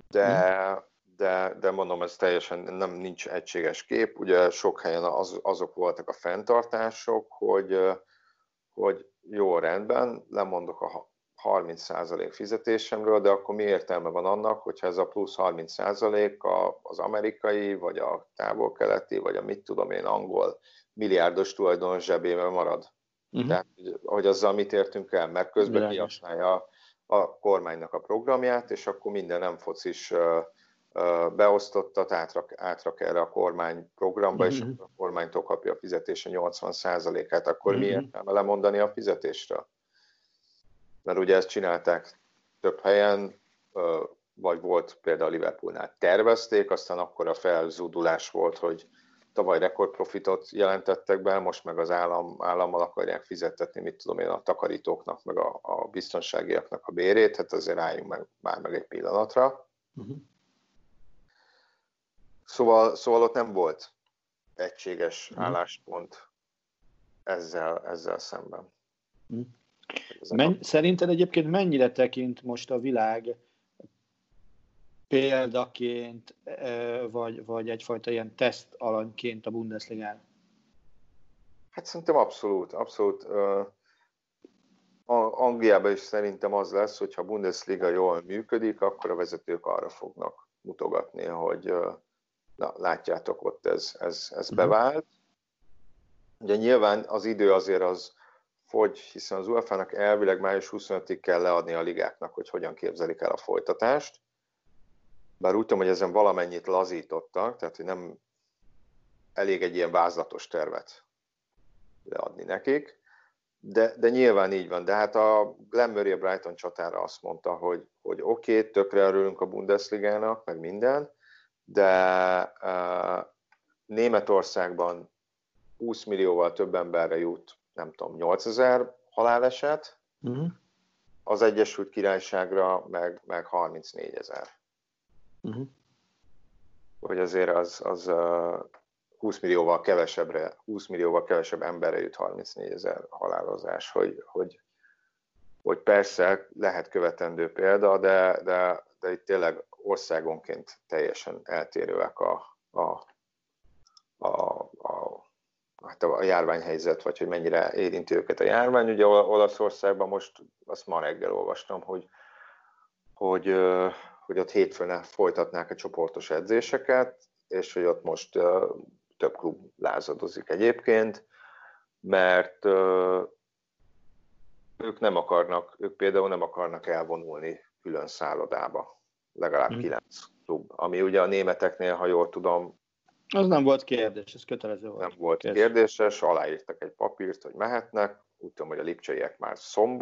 D: de mondom, ez teljesen nincs egységes kép. Ugye sok helyen azok voltak a fenntartások, hogy jó, rendben, lemondok a 30% fizetésemről, de akkor mi értelme van annak, hogyha ez a plusz 30% az amerikai, vagy a távol-keleti, vagy a mit tudom én, angol milliárdos tulajdonos zsebében marad. Tehát, hogy azzal mit értünk el, mert közben kihasználja a kormánynak a programját, és akkor minden nem focis beosztottat átrak erre a kormány programba, és akkor a kormánytól kapja a fizetése 80%-át, akkor mi értelme lemondani a fizetésről? Mert ugye ezt csinálták több helyen, vagy volt például a Liverpoolnál tervezték, aztán akkor a felzúdulás volt, hogy tavaly rekordprofitot jelentettek be, most meg az állammal akarják fizettetni, mit tudom én, a takarítóknak, meg a biztonságiaknak a bérét, hát azért álljunk meg egy pillanatra. Szóval ott nem volt egységes álláspont ezzel szemben.
E: Szerinted egyébként mennyire tekint most a világ példaként, vagy egyfajta ilyen teszt alanyként a Bundesligára?
D: Hát szerintem abszolút. Angliában is szerintem az lesz, hogyha a Bundesliga jól működik, akkor a vezetők arra fognak mutogatni, hogy na, látjátok, ott ez bevált. Ugye nyilván az idő azért az fogy, hiszen az UEFA-nak elvileg május 25-ig kell leadni a ligáknak, hogy hogyan képzelik el a folytatást. Bár úgy tudom, hogy ezen valamennyit lazítottak, tehát hogy nem elég egy ilyen vázlatos tervet leadni nekik, de nyilván így van. De hát a Glenn Murray a Brighton csatára azt mondta, hogy oké, tökre örülünk a Bundesligának, meg minden, de Németországban 20 millióval több emberre jut, nem tudom, 8000 haláleset, az Egyesült Királyságra meg 34 000. Hogy azért az 20 millióval kevesebb emberre jut 34 000 halálozás, hogy persze lehet követendő példa, de itt tényleg országonként teljesen eltérőek a járványhelyzet, vagy hogy mennyire érinti őket a járvány. Ugye Olaszországban most, azt ma reggel olvastam, hogy ott hétfőn folytatnák a csoportos edzéseket, és hogy ott most több klub lázadozik egyébként, mert ők például nem akarnak elvonulni külön szállodába, legalább 9 klub, ami ugye a németeknél, ha jól tudom,
E: az nem volt kérdés, ez kötelező volt.
D: Nem volt kérdéses, aláírtak egy papírt, hogy mehetnek. Úgy tudom, hogy a lipcseiek már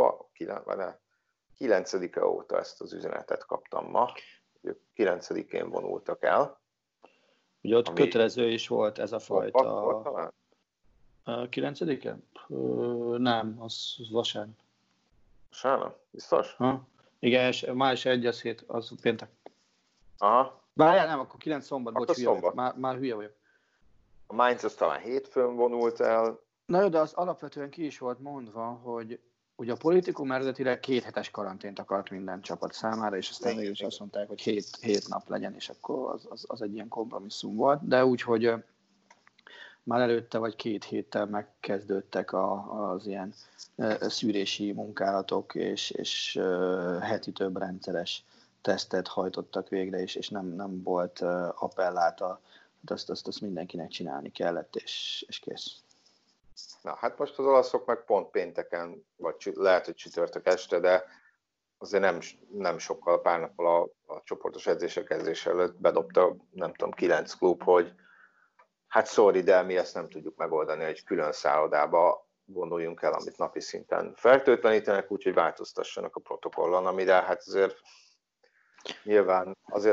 D: 9-e óta ezt az üzenetet kaptam ma. 9-én vonultak el.
E: Ugye ott kötelező is volt ez a fajta... 9-e? Nem, az vasárnap.
D: Vasárnap? Biztos?
E: Igen, és május 1 az hét, az péntek.
D: Aha.
E: Várjál, nem, akkor 9 szombat, bocs, hülye vagyok. Már hülye vagyok.
D: A Mainz az talán hétfőn vonult el.
E: Na jó, de az alapvetően ki is volt mondva, hogy ugye a Politikum eredetileg 2 hetes karantént akart minden csapat számára, és aztán végül is azt mondták, hogy 7 nap legyen, és akkor az egy ilyen kompromisszum volt, de úgy, hogy már előtte vagy 2 héttel megkezdődtek az ilyen szűrési munkálatok, és heti több rendszeres tesztet hajtottak végre, és nem volt appelláta, azt mindenkinek csinálni kellett, és kész.
D: Na, hát most az olaszok meg pont pénteken, vagy lehet, hogy csütörtök este, de azért nem sokkal, pár nappal a csoportos edzések kezdése előtt bedobta, nem tudom, 9 klub, hogy hát sorry, de mi ezt nem tudjuk megoldani, egy külön szállodába gondoljunk el, amit napi szinten fertőtlenítenek, úgyhogy változtassanak a protokollon, amire hát azért nyilván azért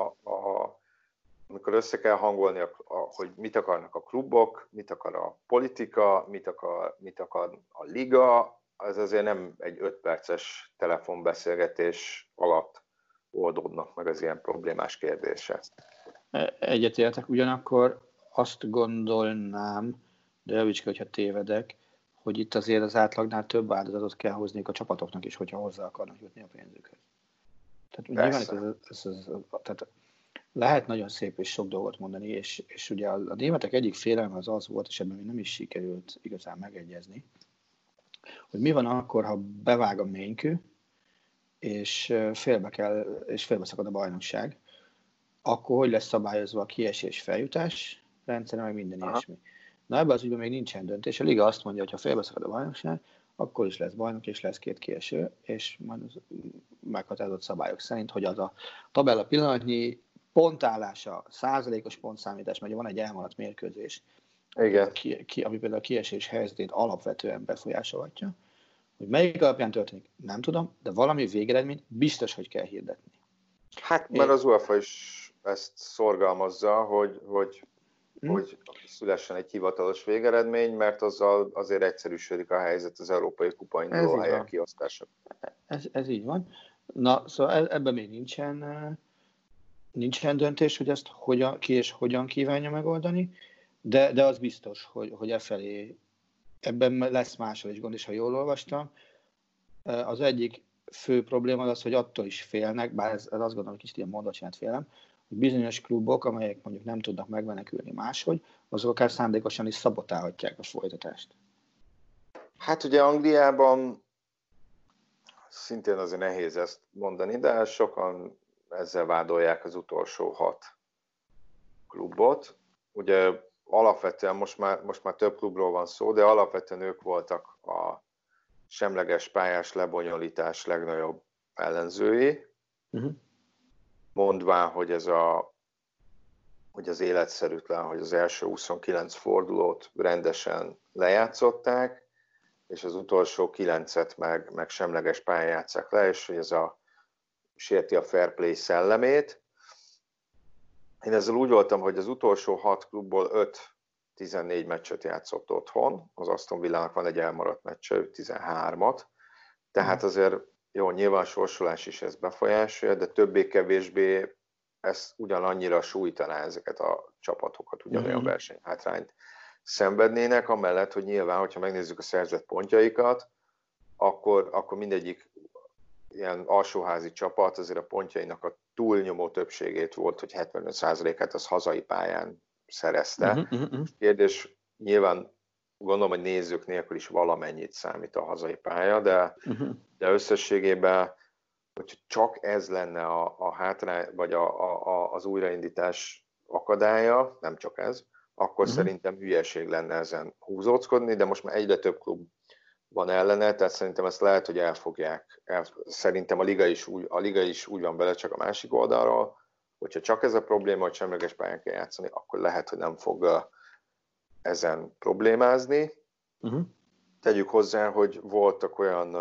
D: amikor össze kell hangolni, hogy mit akarnak a klubok, mit akar a politika, mit akar a liga, az azért nem egy 5 perces telefonbeszélgetés alatt oldódnak meg az ilyen problémás kérdések.
E: Egyetértek, ugyanakkor azt gondolnám, de javíts ki, hogyha tévedek, hogy itt azért az átlagnál több áldozatot kell hozniuk a csapatoknak is, hogyha hozzá akarnak jutni a pénzükhöz. Tehát tehát lehet nagyon szép és sok dolgot mondani, és ugye a németek egyik félelme az volt, és ebben még nem is sikerült igazán megegyezni, hogy mi van akkor, ha bevág a ménykő, és félbe szakad a bajnokság, akkor hogy lesz szabályozva a kiesés feljutás rendszere, meg minden ilyesmi. Na ebben az ügyben még nincsen döntés. A liga azt mondja, hogy ha félbeszakad a bajnokság, akkor is lesz bajnok, és lesz 2 kieső, és majd az meghatározott szabályok szerint, hogy az a tabella pillanatnyi pontállása, százalékos pontszámítás, mert van egy elmaradt mérkőzés,
D: igen.
E: Ami például a kiesés helyzetét alapvetően befolyásolhatja, hogy melyik alapján történik, nem tudom, de valami végeredményt biztos, hogy kell hirdetni.
D: Hát, mert az UEFA is ezt szorgalmazza, hogy szülessen egy hivatalos végeredmény, mert azzal azért egyszerűsödik a helyzet az Európai Kupa induló helyek kiosztása.
E: Ez így van. Na, szóval ebben még nincsen döntés, hogy ezt ki és hogyan kívánja megoldani, de az biztos, hogy ebben lesz máshol is gond, és ha jól olvastam, az egyik fő probléma az, hogy attól is félnek, bár ez azt gondolom, hogy kicsit ilyen mondatcsinált félem, hogy bizonyos klubok, amelyek mondjuk nem tudnak megmenekülni máshogy, azok akár szándékosan is szabotálhatják a folytatást.
D: Hát ugye Angliában szintén azért nehéz ezt mondani, de sokan ezzel vádolják az utolsó 6 klubot. Ugye alapvetően most már több klubról van szó, de alapvetően ők voltak a semleges pályás lebonyolítás legnagyobb ellenzői, mondván, hogy hogy az életszerűtlen, hogy az első 29 fordulót rendesen lejátszották, és az utolsó 9-et meg semleges pályán játsszák le, és hogy ez sérti a fair play szellemét. Én ezzel úgy voltam, hogy az utolsó 6 klubból 14 meccset játszott otthon, az Aston Villának van egy elmaradt meccse, 13-at, tehát azért jó, nyilván sorsolás is ezt befolyásolja, de többé-kevésbé ez ugyanannyira sújtaná ezeket a csapatokat, ugyanolyan versenyhátrányt szenvednének, amellett, hogy nyilván, hogyha megnézzük a szerzett pontjaikat, akkor mindegyik ilyen alsóházi csapat azért a pontjainak a túlnyomó többségét volt, hogy 75%-át az hazai pályán szerezte. Kérdés, nyilván gondolom, hogy nézők nélkül is valamennyit számít a hazai pálya, de összességében, hogy csak ez lenne a hátrány, vagy az újraindítás akadálya, nem csak ez, akkor szerintem hülyeség lenne ezen húzóckodni, de most már egyre több klub van ellene, tehát szerintem ezt lehet, hogy elfogják. Szerintem a liga is úgy van bele, csak a másik oldalról, hogyha csak ez a probléma, hogy semleges pályán kell játszani, akkor lehet, hogy nem fog ezen problémázni. Tegyük hozzá, hogy voltak olyan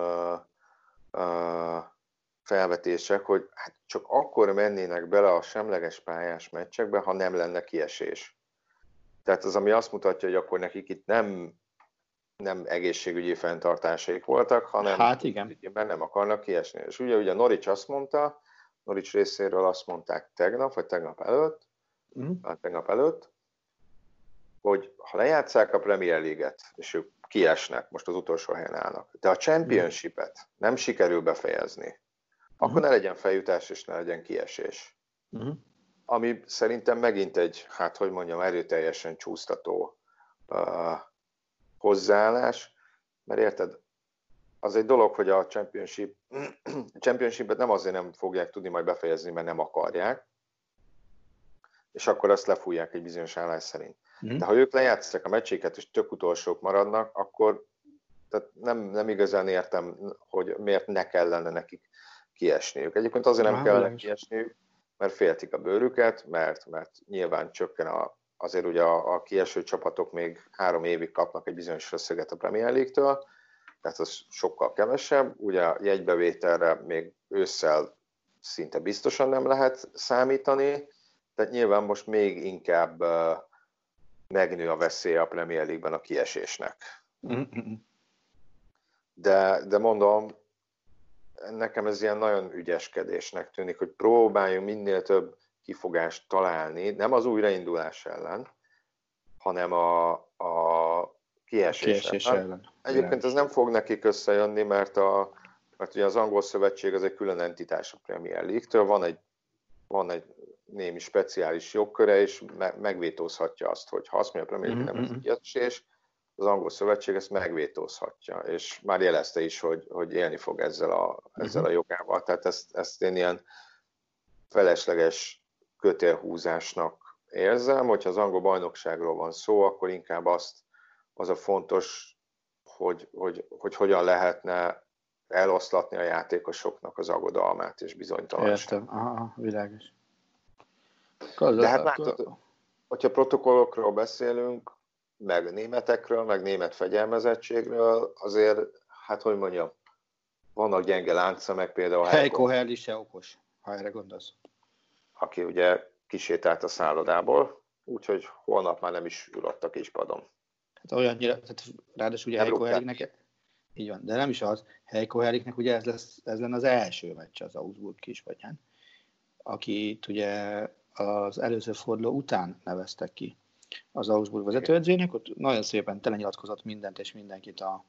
D: felvetések, hogy hát csak akkor mennének bele a semleges pályás meccsekbe, ha nem lenne kiesés. Tehát az, ami azt mutatja, hogy akkor nekik itt nem egészségügyi fenntartásaik voltak, hanem mert nem akarnak kiesni. És ugye Norwich azt mondta, Norwich részéről azt mondták tegnap előtt, hogy ha lejátsszák a Premier League-et, és ők kiesnek, most az utolsó helyen állnak, de a Championship-et nem sikerül befejezni, akkor ne legyen feljutás, és ne legyen kiesés. Ami szerintem megint egy, erőteljesen csúsztató hozzáállás, mert érted, az egy dolog, hogy a Championship-et nem azért nem fogják tudni majd befejezni, mert nem akarják, és akkor azt lefújják egy bizonyos állás szerint. De ha ők lejátszák a meccséket, és tök utolsók maradnak, akkor tehát nem igazán értem, hogy miért ne kellene nekik kiesniük. Egyébként azért nem kellene kiesniük, mert féltik a bőrüket, mert nyilván csökken azért ugye a kieső csapatok még 3 évig kapnak egy bizonyos összeget a Premier League-től, tehát az sokkal kevesebb. Ugye a jegybevételre még ősszel szinte biztosan nem lehet számítani, tehát nyilván most még inkább megnő a veszélye a Premier League-ben a kiesésnek. De mondom, nekem ez ilyen nagyon ügyeskedésnek tűnik, hogy próbáljunk minél több kifogást találni, nem az újraindulás ellen, hanem a kiesés ellen. Egyébként ez nem fog nekik összejönni, mert ugye az angol szövetség az egy külön entitás a Premier League-től, van egy némi speciális jogköre, és megvétózhatja azt, hogy ha azt mondja a Premier League nem ez kiesés, az angol szövetség ezt megvétózhatja, és már jelezte is, hogy élni fog ezzel a jogával. Tehát ezt én ilyen felesleges kötélhúzásnak érzem, hogyha az angol bajnokságról van szó, akkor inkább az a fontos, hogy hogyan lehetne eloszlatni a játékosoknak az aggodalmát és bizonytalanságot.
E: Értem, világos.
D: De hát látod, hogyha protokollokról beszélünk, meg németekről, meg német fegyelmezettségről, azért, vannak gyenge láncszemek, például
E: Heiko Herrlich se okos, ha erre gondolsz.
D: Aki ugye kisétált a szállodából, úgyhogy holnap már nem is ül ott a kispadon.
E: Hát olyannyira, ráadásul ugye Heiko Herrlichnek, így van, de nem is az, Heiko Herrlichnek ugye ez lenne az első meccs az Augsburg kispadján, akit ugye az előző forduló után neveztek ki az Augsburg vezetőedzőjének, ott nagyon szépen telenyilatkozott mindent és mindenkit a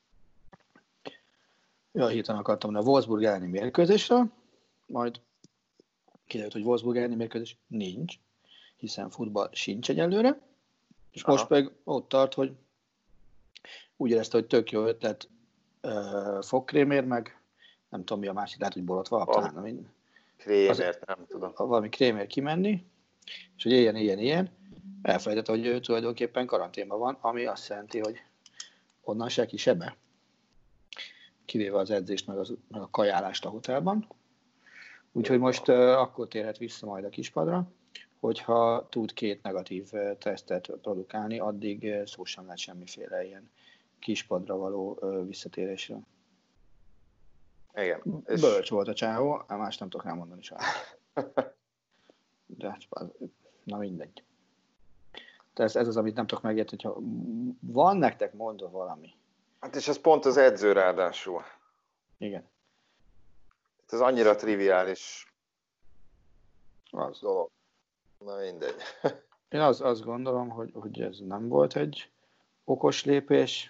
E: hirtelen akartam a Wolfsburg elleni mérkőzésről, majd kiderült, hogy Wolfsburg elleni mérkőzés nincs, hiszen futball sincs egyelőre, és most pedig ott tart, hogy úgy érezte, hogy tök jó ötlet fogkrémér, meg nem tudom mi a másik, lehet, hogy borotva, talán.
D: Krémért, nem tudom.
E: Valami krémér kimenni, és hogy ilyen, elfelejtette, hogy ő tulajdonképpen karanténban van, ami azt jelenti, hogy onnan se ki sebe. Kivéve az edzést, meg a kajálást a hotelban. Úgyhogy most akkor térhet vissza majd a kispadra, hogyha tud 2 negatív tesztet produkálni, addig szó sem lehet semmiféle ilyen kispadra való visszatérésről.
D: Igen.
E: Bölcs volt a csávó, más nem tudok elmondani saját. De na mindegy. Ez az, amit nem tudok megérteni, hogyha van nektek mondva valami.
D: Hát és ez pont az edző ráadásul.
E: Igen.
D: Ez annyira triviális
E: az
D: dolog. Na mindegy.
E: Én azt gondolom, hogy ez nem volt egy okos lépés.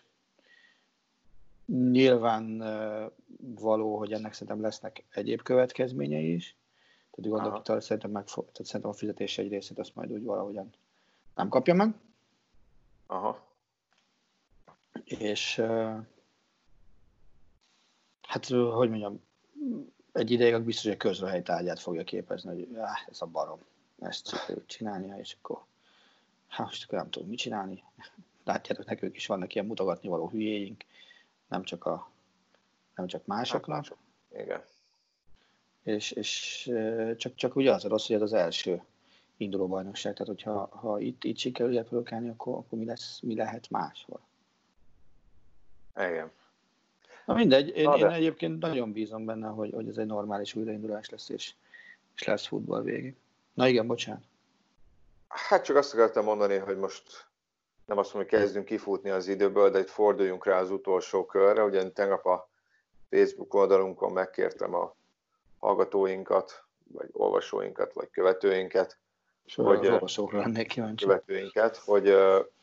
E: Nyilván való, hogy ennek szerintem lesznek egyéb következményei is. Tehát gondolom, hogy szerintem a fizetés egy részét azt majd úgy valahogyan nem kapja meg. És hogy mondjam, egy ideig biztos, hogy a közrehely tárgyát fogja képezni, hogy ez a barom, ezt sikerült csinálnia, és akkor most akkor nem tudom mit csinálni. Látjátok, nekünk is vannak ilyen mutogatni való hülyéink, nem csak másoknak.
D: Igen.
E: És csak ugye az a rossz, hogy ez az első induló bajnokság, tehát hogyha itt sikerül produkálni, akkor mi lehet máshol.
D: Igen.
E: Na mindegy, én egyébként nagyon bízom benne, hogy ez egy normális újraindulás lesz, és lesz futball végig. Na igen, bocsánat.
D: Hát csak azt akartam mondani, hogy most nem azt mondom, hogy kezdünk kifutni az időből, de itt forduljunk rá az utolsó körre. Ugye tegnap a Facebook oldalunkon megkértem a hallgatóinkat, vagy olvasóinkat, vagy követőinket,
E: olvasókra lennék kíváncsi.
D: Követőinket, hogy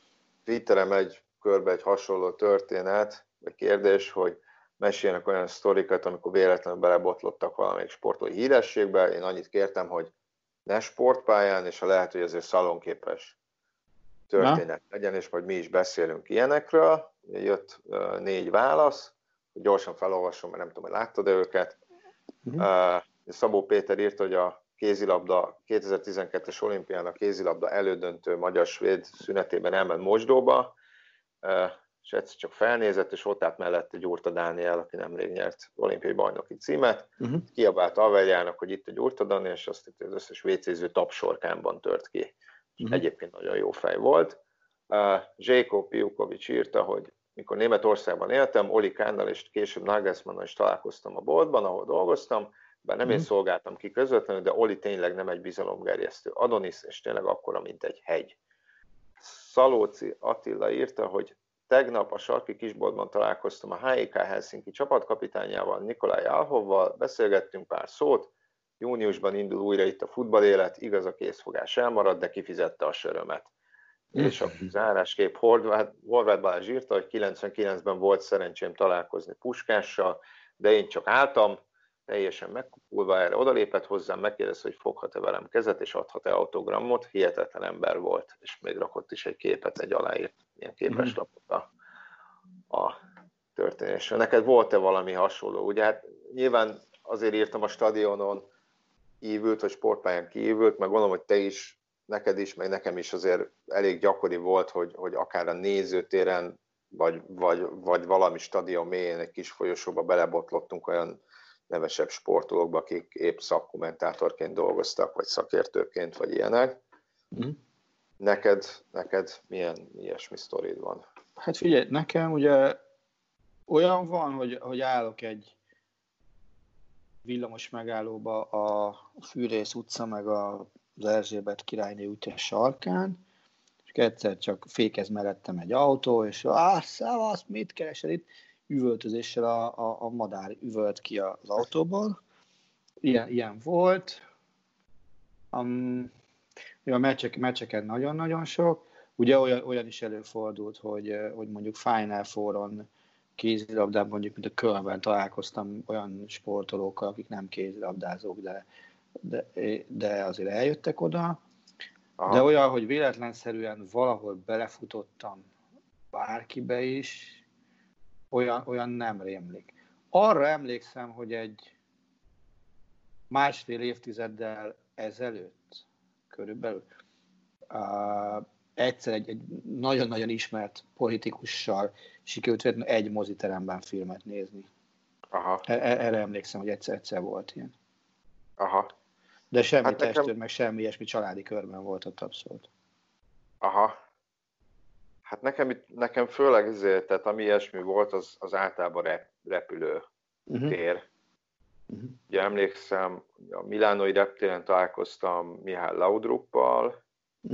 D: Twitteren megy körbe egy hasonló történet, vagy kérdés, hogy meséljenek olyan sztorikat, amikor véletlenül belebotlottak valamelyik sportolói hírességbe. Én annyit kértem, hogy ne sportpályán, és ha lehet, hogy azért szalonképes történet legyen, és majd mi is beszélünk ilyenekről. Jött 4 válasz, gyorsan felolvasom, mert nem tudom, hogy láttad őket. Szabó Péter írta, hogy a kézilabda 2012-es olimpián a kézilabda elődöntő magyar-svéd szünetében elment mosdóba, és egyszer csak felnézett, és ott állt mellette Gyurta Dániel, aki nemrég nyert olimpiai bajnoki címet. Kiabált Alverjának, hogy itt a Gyurta Dani, és azt hitt, az összes WC-ző tapsorkámban tört ki. Egyébként nagyon jó fej volt. Zséko Piukovics írta, hogy mikor Németországban éltem, Oli Kánnal és később Nagelsmannnal is találkoztam a boltban, ahol dolgoztam, bár nem én szolgáltam ki közvetlenül, de Oli tényleg nem egy bizalomgerjesztő Adonis, és tényleg akkora, mint egy hegy. Szalóci Attila írta, hogy tegnap a sarki kisboltban találkoztam a HJK Helsinki csapatkapitányával, Nikolaj Alhovval, beszélgettünk pár szót, júniusban indul újra itt a futballélet, igaz a készfogás elmaradt, de kifizette a sörömet. És a zárásképp Horváth Balázs írta, hogy 99-ben volt szerencsém találkozni Puskással, de én csak álltam, teljesen megkupulva, erre odalépett hozzám, megkérdezte, hogy foghat-e velem kezet, és adhat-e autogramot, hihetetlen ember volt, és még rakott is egy képet, egy aláírt ilyen képeslapot a történésről. Neked volt-e valami hasonló? Ugye hát nyilván azért írtam a stadionon kívült, vagy sportpályán kívült, meg gondolom, hogy te is, neked is, meg nekem is azért elég gyakori volt, hogy akár a nézőtéren, vagy valami stadion mélyén egy kis folyosóba belebotlottunk olyan nevesebb sportolókba, akik épp szakkommentátorként dolgoztak, vagy szakértőként, vagy ilyenek. Neked milyen ilyesmi sztorid van?
E: Hát figyelj, nekem ugye olyan van, hogy állok egy villamos megállóba a Fűrész utca, meg az Erzsébet királyné útja sarkán, és egyszer csak fékez mellettem egy autó, és szevasz, mit keresel itt? Üvöltözéssel a madár üvölt ki az autóból. Ilyen volt. A meccseken nagyon-nagyon sok. Ugye olyan is előfordult, hogy mondjuk Final Four-on kézilabdában, mondjuk, mint a Kölnben találkoztam olyan sportolókkal, akik nem kézilabdázók, de azért eljöttek oda. Aha. De olyan, hogy véletlenszerűen valahol belefutottam bárkibe is, olyan nem rémlik. Arra emlékszem, hogy egy 1,5 évtizeddel ezelőtt körülbelül egyszer egy nagyon-nagyon ismert politikussal sikerült véletlenül egy moziteremben filmet nézni. Aha. Erre emlékszem, hogy egyszer volt ilyen.
D: Aha.
E: De semmi testőr, meg semmi ilyesmi családi körben volt ott abszolút.
D: Aha. Hát nekem főleg ezért, tehát ami ilyesmi volt, az általában repülő tér. Ugye emlékszem, a milánói reptéren találkoztam Mihály Laudruppal,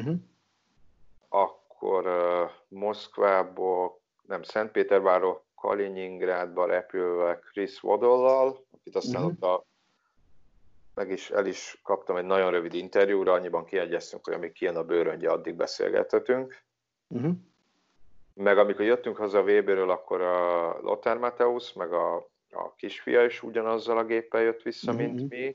D: akkor Moszkvából, Szentpétervárról Kaliningrádba repülve Chris Waddell-lal, akit aztán ott el is kaptam egy nagyon rövid interjúra, annyiban kiegyeztünk, hogy amíg kijön a bőröngye, addig beszélgethetünk. Meg amikor jöttünk haza a VB-ről, akkor a Lothar Matthäus, meg a kisfia is ugyanazzal a géppel jött vissza, mint mi.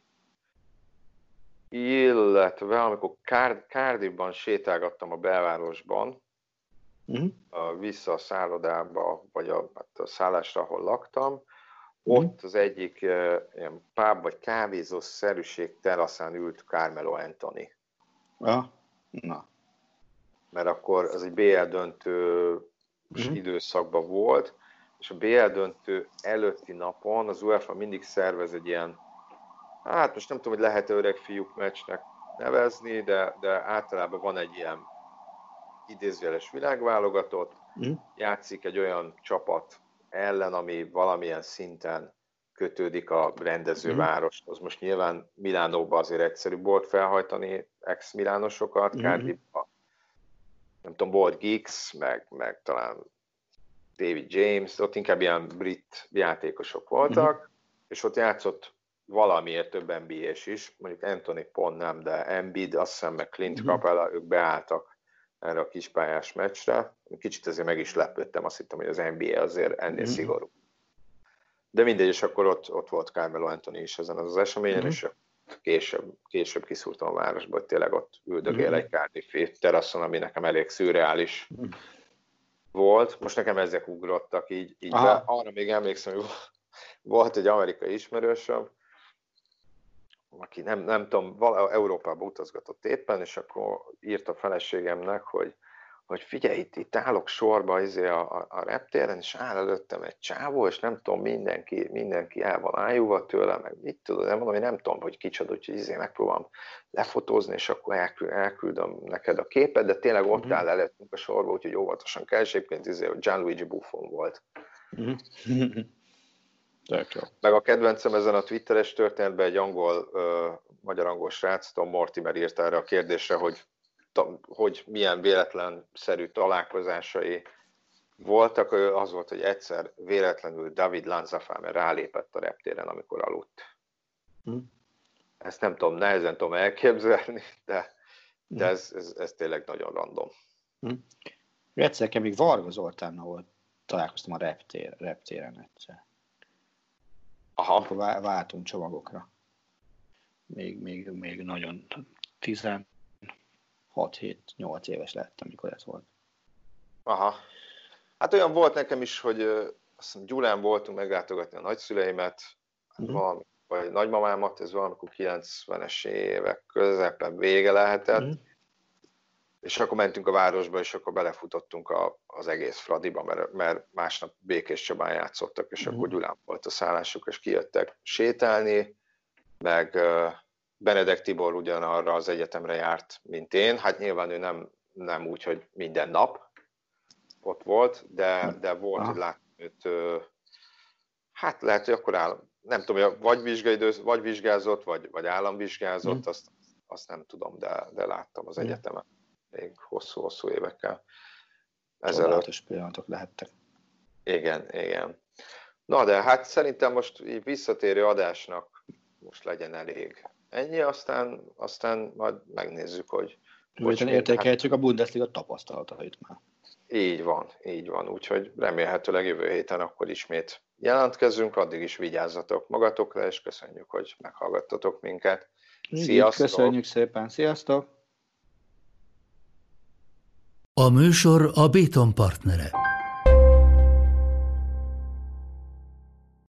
D: Illetve amikor Cardiffban sétálgattam a belvárosban, vissza a szállodába, vagy a szállásra, ahol laktam, ott az egyik ilyen pub vagy kávézós szerűség teraszán ült Carmelo Anthony.
E: Na.
D: Mert akkor az egy BL döntő időszakban volt, és a BL döntő előtti napon az UEFA mindig szervez egy ilyen, hát most nem tudom, hogy lehet-e öreg fiúk meccsnek nevezni, de általában van egy ilyen idézőjeles világválogatott, játszik egy olyan csapat ellen, ami valamilyen szinten kötődik a rendezővároshoz. Most nyilván Milánóban azért egyszerűbb volt felhajtani ex-milánosokat, Cardiffban nem tudom, volt Giggs, meg talán David James, ott inkább ilyen brit játékosok voltak, és ott játszott valamiért több NBA-s is, mondjuk Anthony pont nem, de Embiid, azt hiszem, meg Clint Capella, ők beálltak erre a kispályás meccsre. Kicsit azért meg is lepődtem, azt hittem, hogy az NBA azért ennél szigorú. De mindegy, és akkor ott volt Carmelo Anthony is ezen az eseményen, és később kiszúrtam a városba, hogy tényleg ott üldögél egy Cardiffi teraszon, ami nekem elég szürreális volt. Most nekem ezek ugrottak így be. Arra még emlékszem, hogy volt egy amerikai ismerősöm, aki nem tudom, Európába utazgatott éppen, és akkor írt a feleségemnek, hogy figyelj, itt állok sorba a reptéren, és áll előttem egy csávó, és nem tudom, mindenki el van ájúva tőle, meg mit tudom, nem mondom, én nem tudom, hogy kicsoda, úgyhogy megpróbálom lefotózni, és akkor elküldöm neked a képet, de tényleg ott áll előttünk a sorba, úgyhogy óvatosan kell, és egyébként Gianluigi Buffon volt. Meg a kedvencem ezen a twitteres történetben egy magyar-angol srác, Tom Mortimer írt erre a kérdésre, hogy milyen véletlenszerű találkozásai voltak. Az volt, hogy egyszer véletlenül David Lanzafame rálépett a reptéren, amikor aludt. Ezt nem tudom, nehezen tudom elképzelni, de ez tényleg nagyon random.
E: Egyszer még Varga Zoltánnal találkoztam a reptéren egyszer. Akkor váltunk csomagokra. Még nagyon 16-7-8 éves lehettem, mikor ez volt.
D: Hát olyan volt nekem is, hogy azt hiszem Gyulán voltunk meglátogatni a nagyszüleimet, vagy nagymamámat, ez valamikor 90-es évek közepen vége lehetett, és akkor mentünk a városba, és akkor belefutottunk az egész Fradiba, mert másnap Békés Csabán játszottak, és akkor Gyulán volt a szállásuk, és kijöttek sétálni, meg Benedek Tibor ugyanarra az egyetemre járt, mint én. Hát nyilván ő nem úgy, hogy minden nap ott volt, de volt, hogy láttam őt, hát lehet, hogy akkor nem tudom, vagy vizsgázott, vagy államvizsgázott, azt nem tudom, de láttam az egyetemen még hosszú évekkel ezelőtt.
E: Csodálatos pillanatok lehettek.
D: Igen. Na de hát szerintem most így visszatérő adásnak most legyen elég. Ennyi, aztán majd megnézzük, hogy
E: értékeljük a Bundesliga tapasztalatait már.
D: Így van. Úgyhogy remélhetőleg jövő héten akkor ismét jelentkezünk, addig is vigyázzatok magatokra, és köszönjük, hogy meghallgattatok minket.
E: Sziasztok! Köszönjük szépen, sziasztok!
A: A műsor a Béton partnere.